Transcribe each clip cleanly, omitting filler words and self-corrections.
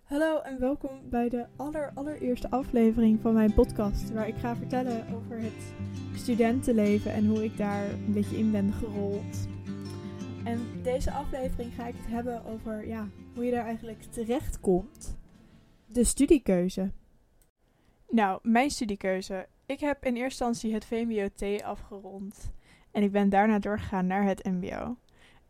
Hallo en welkom bij de allereerste aflevering van mijn podcast, waar ik ga vertellen over het studentenleven en hoe ik daar een beetje in ben gerold. En deze aflevering ga ik het hebben over hoe je daar eigenlijk terecht komt. De studiekeuze. Nou, mijn studiekeuze. Ik heb in eerste instantie het VMBO-T afgerond en ik ben daarna doorgegaan naar het MBO.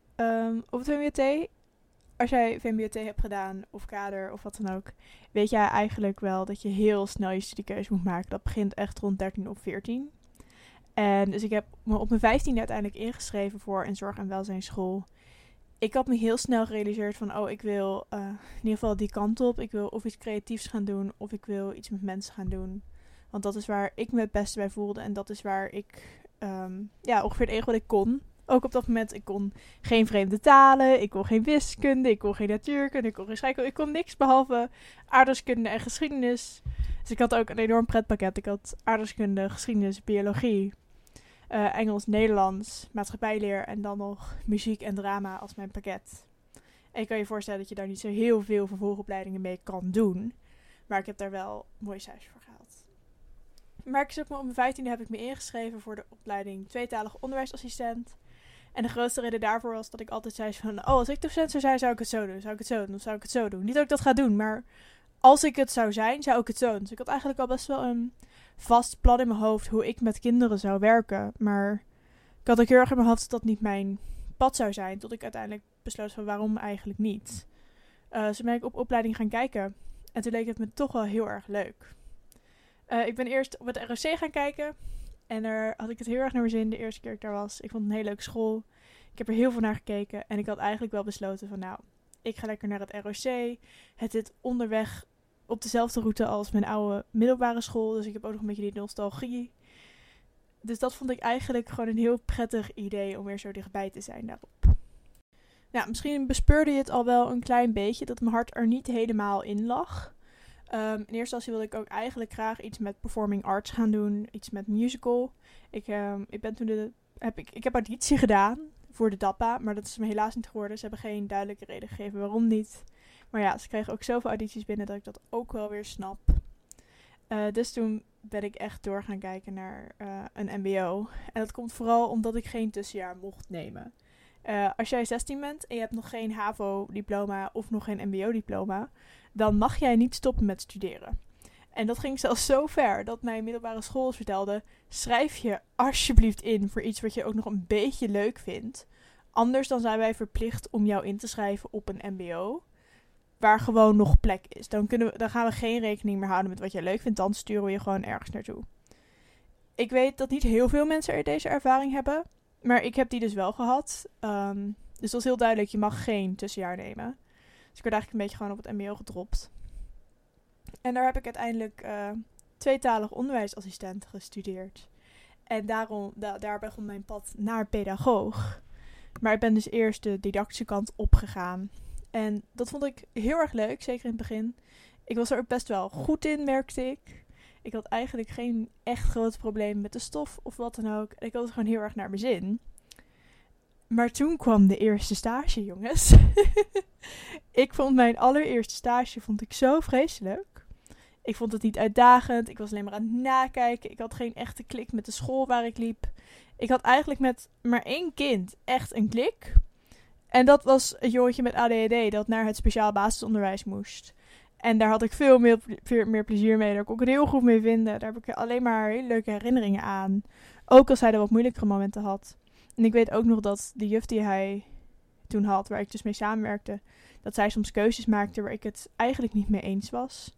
Op het VMBO-T, als jij VMBO-T hebt gedaan of kader of wat dan ook, weet jij eigenlijk wel dat je heel snel je studiekeuze moet maken. Dat begint echt rond 13 of 14. En dus ik heb me op mijn 15e uiteindelijk ingeschreven voor een zorg- en welzijnsschool. Ik had me heel snel gerealiseerd van, ik wil in ieder geval die kant op. Ik wil of iets creatiefs gaan doen of ik wil iets met mensen gaan doen. Want dat is waar ik me het beste bij voelde en dat is waar ik ongeveer het enige wat ik kon. Ook op dat moment, ik kon geen vreemde talen, ik kon geen wiskunde, ik kon geen natuurkunde, ik kon geen scheikunde. Ik kon niks behalve aardrijkskunde en geschiedenis. Dus ik had ook een enorm pretpakket. Ik had aardrijkskunde, geschiedenis, biologie, Engels, Nederlands, maatschappijleer en dan nog muziek en drama als mijn pakket. En je kan je voorstellen dat je daar niet zo heel veel vervolgopleidingen mee kan doen. Maar ik heb daar wel mooie cijfers voor gehaald. Maar op mijn 15e heb ik me ingeschreven voor de opleiding tweetalig onderwijsassistent. En de grootste reden daarvoor was dat ik altijd zei van, als ik docent zou zijn, zou ik het zo doen. Zou ik het zo doen, of zou ik het zo doen. Niet dat ik dat ga doen, maar als ik het zou zijn, zou ik het zo doen. Dus ik had eigenlijk al best wel een vast plan in mijn hoofd hoe ik met kinderen zou werken. Maar ik had ook heel erg in mijn hoofd dat dat niet mijn pad zou zijn. Tot ik uiteindelijk besloot van waarom eigenlijk niet. Dus ben ik op opleiding gaan kijken. En toen leek het me toch wel heel erg leuk. Ik ben eerst op het ROC gaan kijken. En daar had ik het heel erg naar mijn zin de eerste keer dat ik daar was. Ik vond het een hele leuke school. Ik heb er heel veel naar gekeken. En ik had eigenlijk wel besloten van ik ga lekker naar het ROC. Het zit onderweg op dezelfde route als mijn oude middelbare school. Dus ik heb ook nog een beetje die nostalgie. Dus dat vond ik eigenlijk gewoon een heel prettig idee om weer zo dichtbij te zijn daarop. Nou, misschien bespeurde je het al wel een klein beetje dat mijn hart er niet helemaal in lag. In eerste instantie wilde ik ook eigenlijk graag iets met performing arts gaan doen. Iets met musical. Ik heb auditie gedaan voor de DAPA. Maar dat is me helaas niet geworden. Ze hebben geen duidelijke reden gegeven waarom niet. Maar ja, ze kregen ook zoveel audities binnen dat ik dat ook wel weer snap. Dus toen ben ik echt door gaan kijken naar een mbo. En dat komt vooral omdat ik geen tussenjaar mocht nemen. Als jij 16 bent en je hebt nog geen HAVO-diploma of nog geen mbo-diploma, dan mag jij niet stoppen met studeren. En dat ging zelfs zo ver dat mijn middelbare school vertelde, schrijf je alsjeblieft in voor iets wat je ook nog een beetje leuk vindt. Anders dan zijn wij verplicht om jou in te schrijven op een mbo, waar gewoon nog plek is. Dan gaan we geen rekening meer houden met wat jij leuk vindt, dan sturen we je gewoon ergens naartoe. Ik weet dat niet heel veel mensen er deze ervaring hebben, maar ik heb die dus wel gehad. Dus dat was heel duidelijk, je mag geen tussenjaar nemen. Dus ik werd eigenlijk een beetje gewoon op het mbo gedropt. En daar heb ik uiteindelijk tweetalig onderwijsassistent gestudeerd. En daar begon mijn pad naar pedagoog. Maar ik ben dus eerst de didactische kant opgegaan. En dat vond ik heel erg leuk, zeker in het begin. Ik was er ook best wel goed in, merkte ik. Ik had eigenlijk geen echt grote problemen met de stof of wat dan ook. Ik had het gewoon heel erg naar mijn zin. Maar toen kwam de eerste stage, jongens. Ik vond mijn allereerste stage zo vreselijk. Ik vond het niet uitdagend. Ik was alleen maar aan het nakijken. Ik had geen echte klik met de school waar ik liep. Ik had eigenlijk met maar 1 kind echt een klik. En dat was een jongetje met ADHD dat naar het speciaal basisonderwijs moest. En daar had ik veel meer plezier mee. Daar kon ik het heel goed mee vinden. Daar heb ik alleen maar hele leuke herinneringen aan. Ook als hij er wat moeilijkere momenten had. En ik weet ook nog dat de juf die hij toen had, waar ik dus mee samenwerkte, dat zij soms keuzes maakte waar ik het eigenlijk niet mee eens was.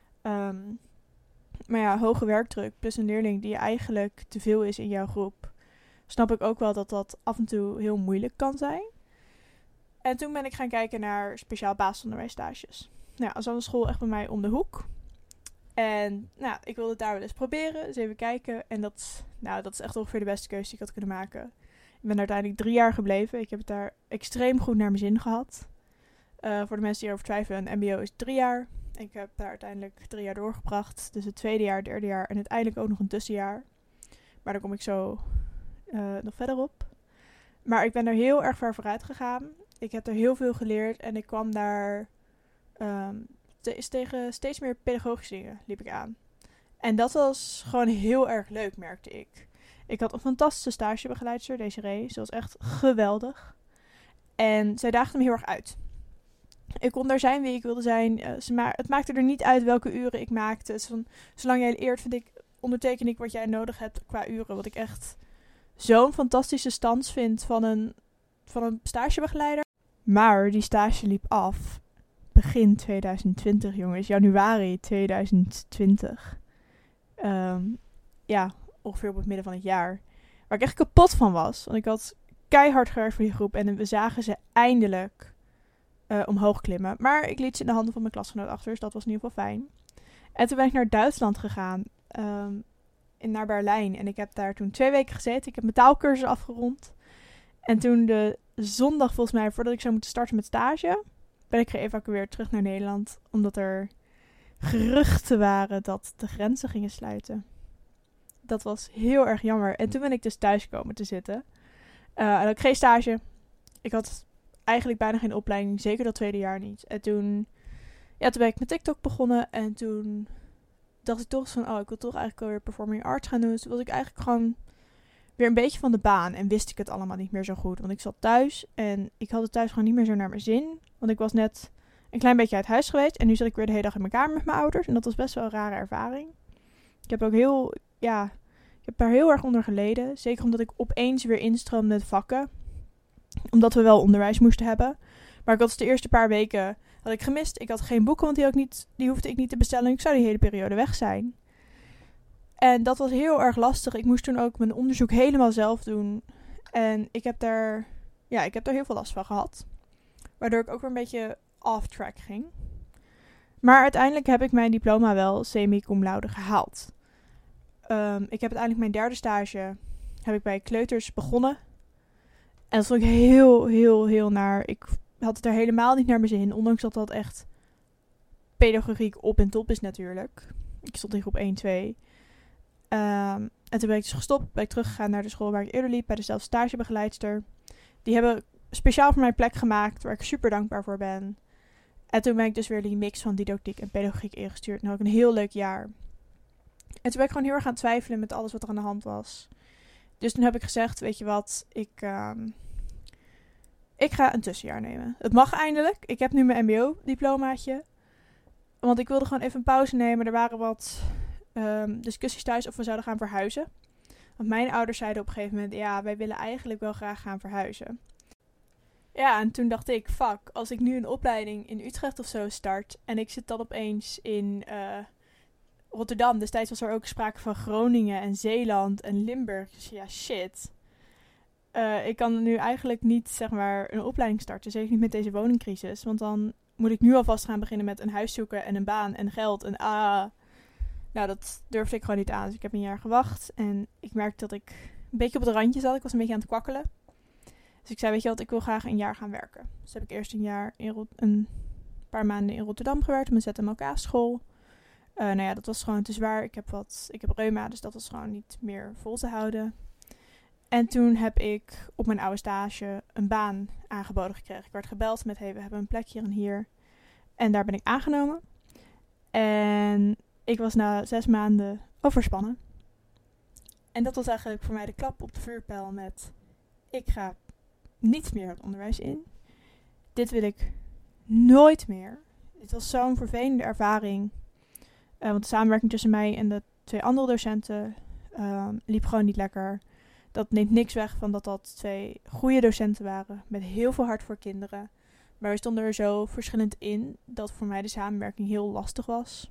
Maar ja, hoge werkdruk plus een leerling die eigenlijk te veel is in jouw groep, snap ik ook wel dat dat af en toe heel moeilijk kan zijn. En toen ben ik gaan kijken naar speciaal basisonderwijsstages. Nou, als dan de school echt bij mij om de hoek. En ik wilde het daar wel eens proberen. Dus even kijken. En dat is echt ongeveer de beste keuze die ik had kunnen maken. Ik ben uiteindelijk 3 jaar gebleven. Ik heb het daar extreem goed naar mijn zin gehad. Voor de mensen die erover twijfelen, een mbo is 3 jaar. Ik heb daar uiteindelijk 3 jaar doorgebracht. Dus het tweede jaar, derde jaar en uiteindelijk ook nog een tussenjaar. Maar daar kom ik zo nog verder op. Maar ik ben er heel erg ver vooruit gegaan. Ik heb er heel veel geleerd en ik kwam daar tegen steeds meer pedagogische dingen liep ik aan. En dat was gewoon heel erg leuk, merkte ik. Ik had een fantastische stagebegeleidster, Desiree. Ze was echt geweldig. En zij daagde me heel erg uit. Ik kon daar zijn wie ik wilde zijn. Het maakte er niet uit welke uren ik maakte. Zolang jij leert, onderteken ik wat jij nodig hebt qua uren. Wat ik echt zo'n fantastische stans vind van een stagebegeleider. Maar die stage liep af begin 2020, jongens. Januari 2020. Ongeveer op het midden van het jaar. Waar ik echt kapot van was. Want ik had keihard gewerkt voor die groep. En we zagen ze eindelijk omhoog klimmen. Maar ik liet ze in de handen van mijn klasgenoot achter. Dus dat was in ieder geval fijn. En toen ben ik naar Duitsland gegaan. Naar Berlijn. En ik heb daar toen 2 weken gezeten. Ik heb mijn taalkursus afgerond. En toen de zondag volgens mij, voordat ik zou moeten starten met stage, ben ik geëvacueerd terug naar Nederland. Omdat er geruchten waren dat de grenzen gingen sluiten. Dat was heel erg jammer. En toen ben ik dus thuis komen te zitten. En ik geen stage. Ik had eigenlijk bijna geen opleiding. Zeker dat tweede jaar niet. En toen ben ik met TikTok begonnen. En toen dacht ik toch van, ik wil toch eigenlijk alweer performing arts gaan doen. Dus toen was ik eigenlijk gewoon weer een beetje van de baan. En wist ik het allemaal niet meer zo goed. Want ik zat thuis. En ik had het thuis gewoon niet meer zo naar mijn zin. Want ik was net een klein beetje uit huis geweest. En nu zat ik weer de hele dag in mijn kamer met mijn ouders. En dat was best wel een rare ervaring. Ik heb ook ik heb daar heel erg onder geleden. Zeker omdat ik opeens weer instroomde met vakken. Omdat we wel onderwijs moesten hebben. Maar ik had dus de eerste paar weken had ik gemist. Ik had geen boeken, want die hoefde ik niet te bestellen. Ik zou die hele periode weg zijn. En dat was heel erg lastig. Ik moest toen ook mijn onderzoek helemaal zelf doen. En ik heb daar heel veel last van gehad. Waardoor ik ook weer een beetje off track ging. Maar uiteindelijk heb ik mijn diploma wel semi-cum laude gehaald. Ik heb uiteindelijk mijn derde stage heb ik bij kleuters begonnen. En dat vond ik heel, heel, heel naar. Ik had het er helemaal niet naar mijn zin. Ondanks dat dat echt pedagogiek op en top is natuurlijk. Ik stond in groep 1, 2. En toen ben ik dus gestopt. Ben ik teruggegaan naar de school waar ik eerder liep. Bij dezelfde stagebegeleidster. Die hebben speciaal voor mij plek gemaakt. Waar ik super dankbaar voor ben. En toen ben ik dus weer die mix van didactiek en pedagogiek ingestuurd. En had ik een heel leuk jaar. En toen ben ik gewoon heel erg aan twijfelen met alles wat er aan de hand was. Dus toen heb ik gezegd, weet je wat, ik ga een tussenjaar nemen. Het mag eindelijk. Ik heb nu mijn mbo-diplomaatje. Want ik wilde gewoon even een pauze nemen. Er waren wat discussies thuis of we zouden gaan verhuizen. Want mijn ouders zeiden op een gegeven moment, ja, wij willen eigenlijk wel graag gaan verhuizen. Ja, en toen dacht ik, fuck, als ik nu een opleiding in Utrecht of zo start en ik zit dan opeens in Rotterdam. Destijds was er ook sprake van Groningen en Zeeland en Limburg. Dus ja, shit. Ik kan nu eigenlijk niet, zeg maar, een opleiding starten. Zeker niet met deze woningcrisis. Want dan moet ik nu alvast gaan beginnen met een huis zoeken en een baan en geld. En nou, dat durfde ik gewoon niet aan. Dus ik heb een jaar gewacht. En ik merkte dat ik een beetje op het randje zat. Ik was een beetje aan het kwakkelen. Dus ik zei, weet je wat, ik wil graag een jaar gaan werken. Dus heb ik eerst een paar maanden in Rotterdam gewerkt. Op een ZMLK-school. Dat was gewoon te zwaar. Ik heb reuma, dus dat was gewoon niet meer vol te houden. En toen heb ik op mijn oude stage een baan aangeboden gekregen. Ik werd gebeld met, we hebben een plek hier en hier. En daar ben ik aangenomen. En ik was na 6 maanden overspannen. En dat was eigenlijk voor mij de klap op de vuurpijl met, ik ga niet meer het onderwijs in. Dit wil ik nooit meer. Dit was zo'n vervelende ervaring. Want de samenwerking tussen mij en de 2 andere docenten liep gewoon niet lekker. Dat neemt niks weg van dat 2 goede docenten waren. Met heel veel hart voor kinderen. Maar we stonden er zo verschillend in dat voor mij de samenwerking heel lastig was.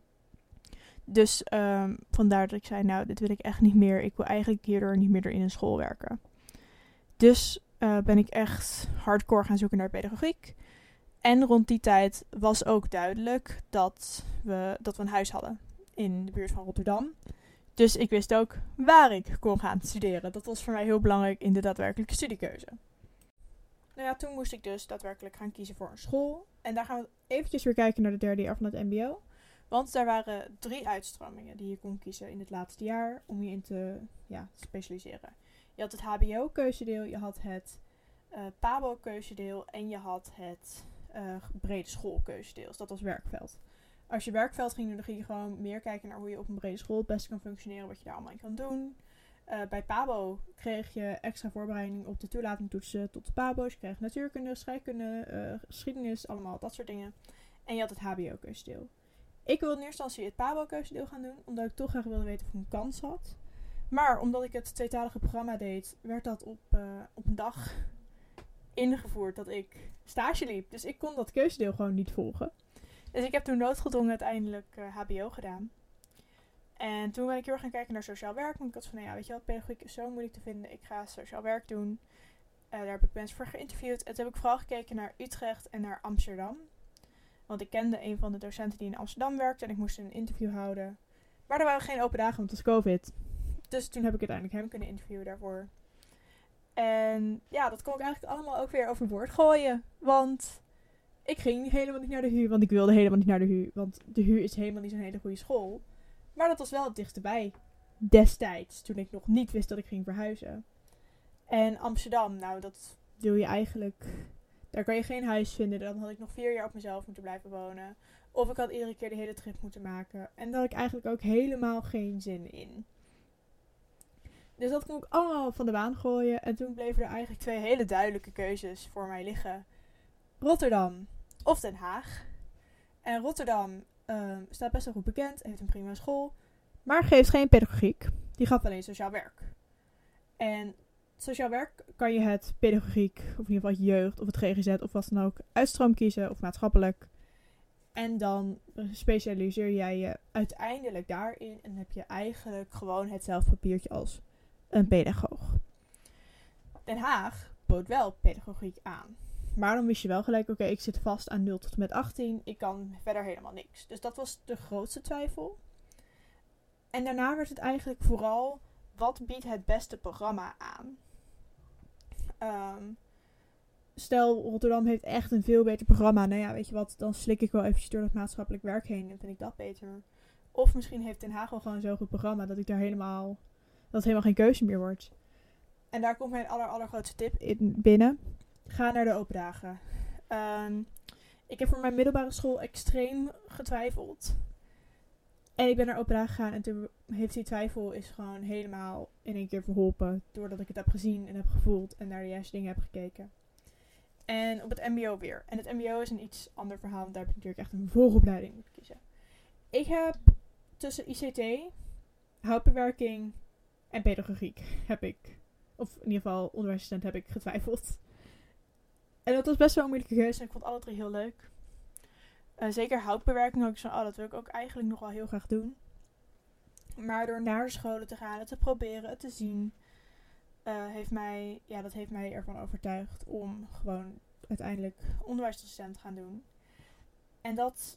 Dus vandaar dat ik zei, nou, dit wil ik echt niet meer. Ik wil eigenlijk hierdoor niet meer in een school werken. Dus ben ik echt hardcore gaan zoeken naar pedagogiek. En rond die tijd was ook duidelijk dat we een huis hadden in de buurt van Rotterdam. Dus ik wist ook waar ik kon gaan studeren. Dat was voor mij heel belangrijk in de daadwerkelijke studiekeuze. Nou ja, toen moest ik dus daadwerkelijk gaan kiezen voor een school. En daar gaan we eventjes weer kijken naar de derde jaar van het mbo. Want daar waren 3 uitstromingen die je kon kiezen in het laatste jaar om je in te specialiseren. Je had het hbo-keuzedeel, je had het pabo-keuzedeel en je had het brede schoolkeuzedeels. Dat was werkveld. Als je werkveld ging doen, dan ging je gewoon meer kijken naar hoe je op een brede school het beste kan functioneren. Wat je daar allemaal in kan doen. Bij PABO kreeg je extra voorbereiding op de toelatingtoetsen tot de PABO's. Je kreeg natuurkunde, scheikunde, geschiedenis, allemaal dat soort dingen. En je had het HBO-keuzedeel. Ik wilde in eerste instantie het PABO-keuzedeel gaan doen, omdat ik toch graag wilde weten of ik een kans had. Maar omdat ik het tweetalige programma deed, werd dat op een dag ingevoerd dat ik stage liep. Dus ik kon dat keuzedeel gewoon niet volgen. Dus ik heb toen noodgedwongen uiteindelijk HBO gedaan. En toen ben ik heel erg gaan kijken naar sociaal werk. Want ik had van, nou ja, weet je wat, pedagogiek is zo moeilijk te vinden. Ik ga sociaal werk doen. Daar heb ik mensen voor geïnterviewd. En toen heb ik vooral gekeken naar Utrecht en naar Amsterdam. Want ik kende een van de docenten die in Amsterdam werkte. En ik moest een interview houden. Maar er waren geen open dagen, want het was COVID. Dus toen heb ik uiteindelijk hem kunnen interviewen daarvoor. En ja, dat kon ik eigenlijk allemaal ook weer overboord gooien. Want ik ging helemaal niet naar de HU. Want ik wilde helemaal niet naar de HU. Want de HU is helemaal niet zo'n hele goede school. Maar dat was wel het dichtst bij. Destijds, toen ik nog niet wist dat ik ging verhuizen. En Amsterdam, nou dat wil je eigenlijk... Daar kan je geen huis vinden. Dan had ik nog 4 jaar op mezelf moeten blijven wonen. Of ik had iedere keer de hele trip moeten maken. En daar had ik eigenlijk ook helemaal geen zin in. Dus dat kon ik allemaal van de baan gooien. En toen bleven er eigenlijk 2 hele duidelijke keuzes voor mij liggen. Rotterdam of Den Haag. En Rotterdam staat best wel goed bekend. Heeft een prima school. Maar geeft geen pedagogiek. Die gaf alleen sociaal werk. En sociaal werk kan je het pedagogiek, of in ieder geval jeugd, of het GGZ, of wat dan ook, uitstroom kiezen, of maatschappelijk. En dan specialiseer jij je uiteindelijk daarin. En heb je eigenlijk gewoon hetzelfde papiertje als een pedagoog. Den Haag bood wel pedagogiek aan. Maar dan wist je wel gelijk, oké, ik zit vast aan 0 tot en met 18. Ik kan verder helemaal niks. Dus dat was de grootste twijfel. En daarna werd het eigenlijk vooral, wat biedt het beste programma aan? Stel, Rotterdam heeft echt een veel beter programma. Nou ja, weet je wat, dan slik ik wel eventjes door dat maatschappelijk werk heen en vind ik dat beter. Of misschien heeft Den Haag wel gewoon zo'n goed programma dat ik daar dat het helemaal geen keuze meer wordt. En daar komt mijn allergrootste tip in binnen. Ga naar de open dagen. Ik heb voor mijn middelbare school extreem getwijfeld. En ik ben naar open dagen gegaan en toen heeft die twijfel is gewoon helemaal in één keer verholpen. Doordat ik het heb gezien en heb gevoeld en naar de juiste dingen heb gekeken. En op het mbo weer. En het mbo is een iets ander verhaal, want daar heb ik natuurlijk echt een vervolgopleiding moeten kiezen. Ik heb tussen ICT, houtbewerking en pedagogiek of in ieder geval onderwijsassistent heb ik getwijfeld. En dat was best wel een moeilijke keuze en ik vond alle 3 heel leuk. Zeker houtbewerking had ik zo, dat wil ik ook eigenlijk nog wel heel graag doen. Maar door naar de scholen te gaan, het te proberen, het te zien, heeft mij ervan overtuigd om gewoon uiteindelijk onderwijsassistent te gaan doen. En dat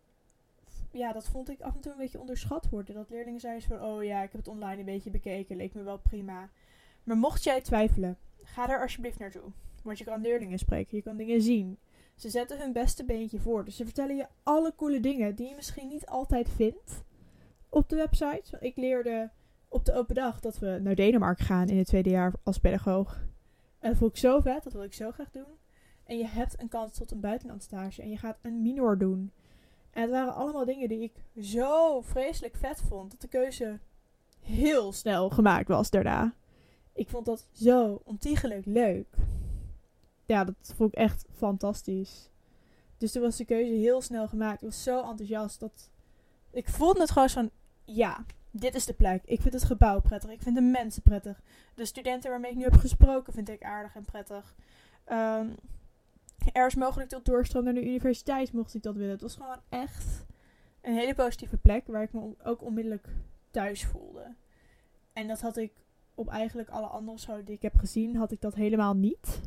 vond ik af en toe een beetje onderschat worden. Dat leerlingen zeiden van, oh ja, ik heb het online een beetje bekeken, leek me wel prima. Maar mocht jij twijfelen, ga daar alsjeblieft naartoe. Want je kan leerlingen spreken, je kan dingen zien. Ze zetten hun beste beentje voor. Dus ze vertellen je alle coole dingen die je misschien niet altijd vindt op de website. Ik leerde op de open dag dat we naar Denemarken gaan in het 2e jaar als pedagoog. En dat vond ik zo vet, dat wil ik zo graag doen. En je hebt een kans tot een buitenlandstage en je gaat een minor doen. En het waren allemaal dingen die ik zo vreselijk vet vond, dat de keuze heel snel gemaakt was daarna. Ik vond dat zo ontiegelijk leuk. Ja, dat vond ik echt fantastisch. Dus toen was de keuze heel snel gemaakt. Ik was zo enthousiast dat ik voelde het gewoon van, ja, dit is de plek. Ik vind het gebouw prettig. Ik vind de mensen prettig. De studenten waarmee ik nu heb gesproken vind ik aardig en prettig. Er is mogelijk tot doorstroom naar de universiteit, mocht ik dat willen. Het was gewoon echt een hele positieve plek waar ik me ook onmiddellijk thuis voelde. En dat had ik op eigenlijk alle andere scholen die ik heb gezien, had ik dat helemaal niet.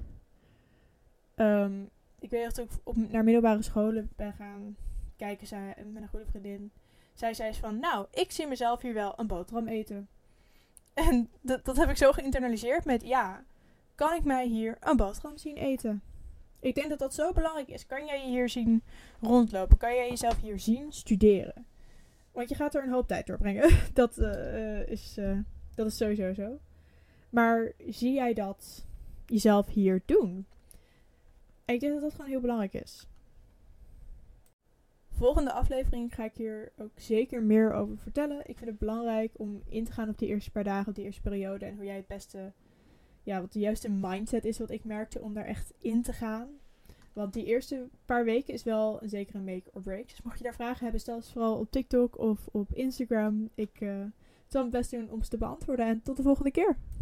Ik weet dat ik naar middelbare scholen ben gaan kijken met een goede vriendin. Zij zei van, nou, ik zie mezelf hier wel een boterham eten. En dat heb ik zo geïnternaliseerd met, ja, kan ik mij hier een boterham zien eten? Ik denk dat dat zo belangrijk is. Kan jij je hier zien rondlopen? Kan jij jezelf hier zien studeren? Want je gaat er een hoop tijd doorbrengen. Dat is sowieso zo. Maar zie jij dat jezelf hier doen? En ik denk dat dat gewoon heel belangrijk is. Volgende aflevering ga ik hier ook zeker meer over vertellen. Ik vind het belangrijk om in te gaan op die eerste paar dagen, op die eerste periode. En hoe jij het beste, wat de juiste mindset is wat ik merkte om daar echt in te gaan. Want die eerste paar weken is wel zeker een make or break. Dus mocht je daar vragen hebben, stel ze vooral op TikTok of op Instagram. Ik zal mijn best doen om ze te beantwoorden. En tot de volgende keer.